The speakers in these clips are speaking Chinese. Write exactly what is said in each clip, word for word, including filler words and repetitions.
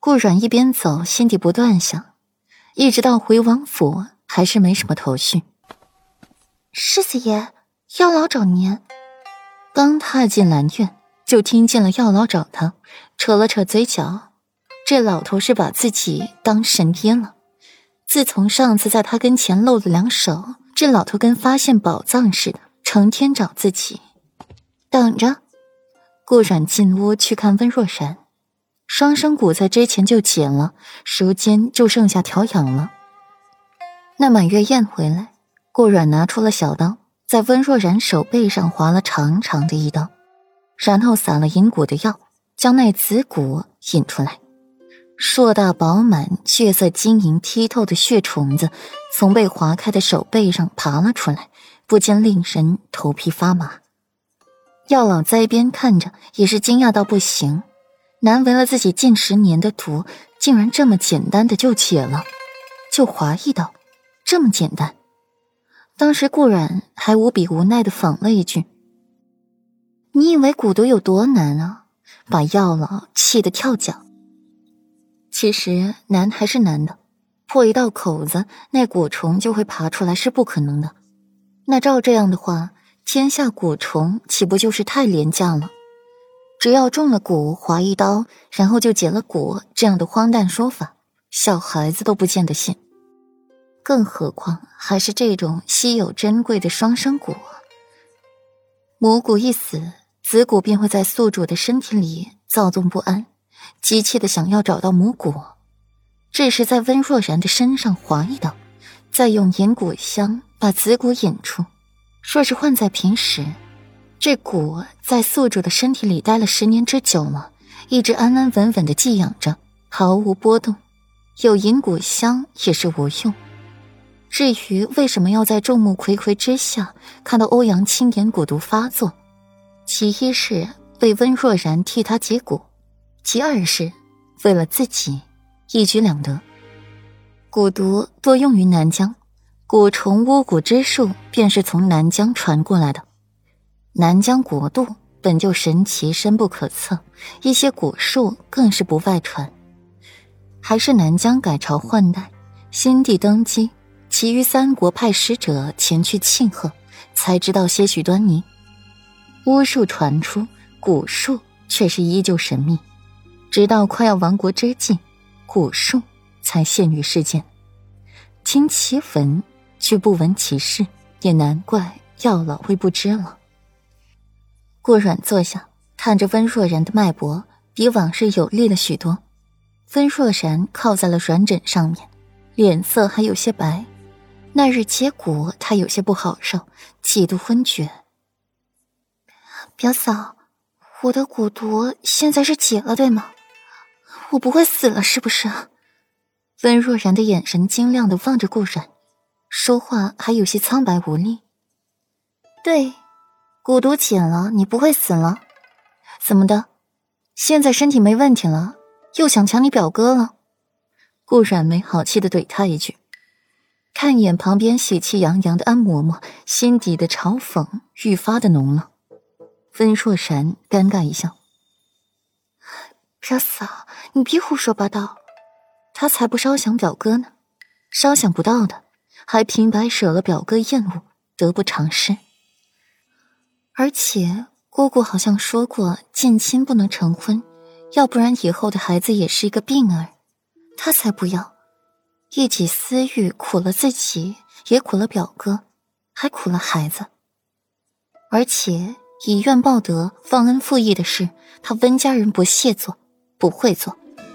顾阮一边走，心底不断想，一直到回王府，还是没什么头绪。 世子爷，药老找您。 刚踏进兰院，就听见了药老找他，扯了扯嘴角。这老头是把自己当神爹了。自从上次在他跟前露了两手，这老头跟发现宝藏似的，成天找自己。等着。顾阮进屋去看温若然，双生骨在之前就解了，如今就剩下调养了。那满月宴回来，顾阮拿出了小刀，在温若然手背上划了长长的一刀，然后撒了引蛊的药，将那子骨引出来。硕大饱满、血色晶莹剔透的血虫子从被划开的手背上爬了出来，不禁令人头皮发麻。药老在一边看着，也是惊讶到不行，难为了自己近十年的毒，竟然这么简单的就解了，就划一刀，这么简单。当时顾阮还无比无奈的讽了一句：“你以为蛊毒有多难啊？”把药老气得跳脚。其实难还是难的，破一道口子，那蛊虫就会爬出来是不可能的。那照这样的话，天下蛊虫岂不就是太廉价了？只要中了蛊划一刀，然后就解了蛊，这样的荒诞说法，小孩子都不见得信。更何况还是这种稀有珍贵的双生蛊。母蛊一死，子蛊便会在宿主的身体里躁动不安，急切的想要找到母蛊。这时在温若然的身上划一刀，再用引蛊香把子蛊引出。若是换在平时，这蛊在宿主的身体里待了十年之久了，一直安安稳稳地寄养着，毫无波动，有引蛊香也是无用。至于为什么要在众目睽睽之下看到欧阳青莲蛊毒发作，其一是为温若然替他解蛊，其二是为了自己，一举两得。蛊毒多用于南疆，蛊虫巫蛊之术便是从南疆传过来的。南疆国度本就神奇深不可测，一些蛊术更是不外传。还是南疆改朝换代，新帝登基，其余三国派使者前去庆贺，才知道些许端倪。巫术传出，蛊术却是依旧神秘，直到快要亡国之际，蛊术才现于世间。听其闻，却不闻其事，也难怪药老会不知了。顾阮坐下，看着温若然的脉搏比往日有力了许多。温若然靠在了软枕上面，脸色还有些白。那日接蛊她有些不好受，几度昏厥。 表嫂，我的蛊毒现在是解了对吗？我不会死了是不是？ 温若然的眼神晶亮地望着顾阮，说话还有些苍白无力。对，蛊毒解了，你不会死了。怎么的？现在身体没问题了，又想抢你表哥了？顾阮没好气地怼他一句，看一眼旁边喜气洋洋的安嬷嬷，心底的嘲讽愈发的浓了。温若然尴尬一笑：“ 表嫂，你别胡说八道。 他才不烧想表哥呢，烧想不到的，还平白舍了表哥厌恶，得不偿失。而且姑姑好像说过，近亲不能成婚，要不然以后的孩子也是一个病儿。他才不要，一己私欲苦了自己，也苦了表哥，还苦了孩子。而且以怨报德、忘恩负义的事，他温家人不屑做，不会做。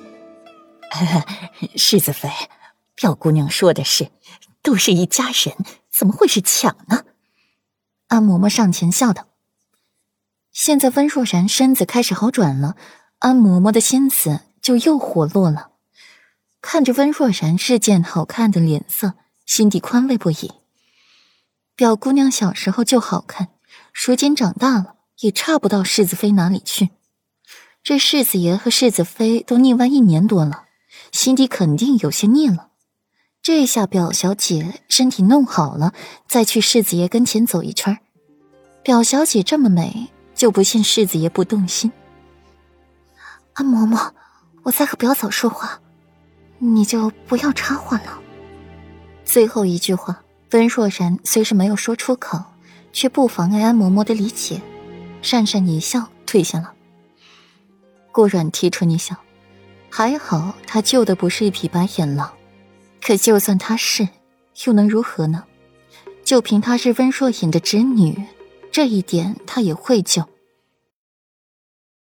世子妃，表姑娘说的是，都是一家人，怎么会是抢呢？ 安嬷嬷上前笑道。现在温若然身子开始好转了，安嬷嬷的心思就又活络了。看着温若然日渐好看的脸色，心底宽慰不已。表姑娘小时候就好看，如今长大了也差不到世子妃哪里去。这世子爷和世子妃都腻歪一年多了，心底肯定有些腻了。这下表小姐身体弄好了，再去世子爷跟前走一圈，表小姐这么美，就不信世子爷不动心。 安嬷嬷， 我再和表嫂说话，你就不要插话了。 最后一句话，温若然虽是没有说出口，却不妨碍安嬷嬷的理解，讪讪一笑退下了。顾阮提唇一笑，还好他救的不是一匹白眼狼，可就算他是，又能如何呢？就凭她是温若隐的侄女，这一点他也会救。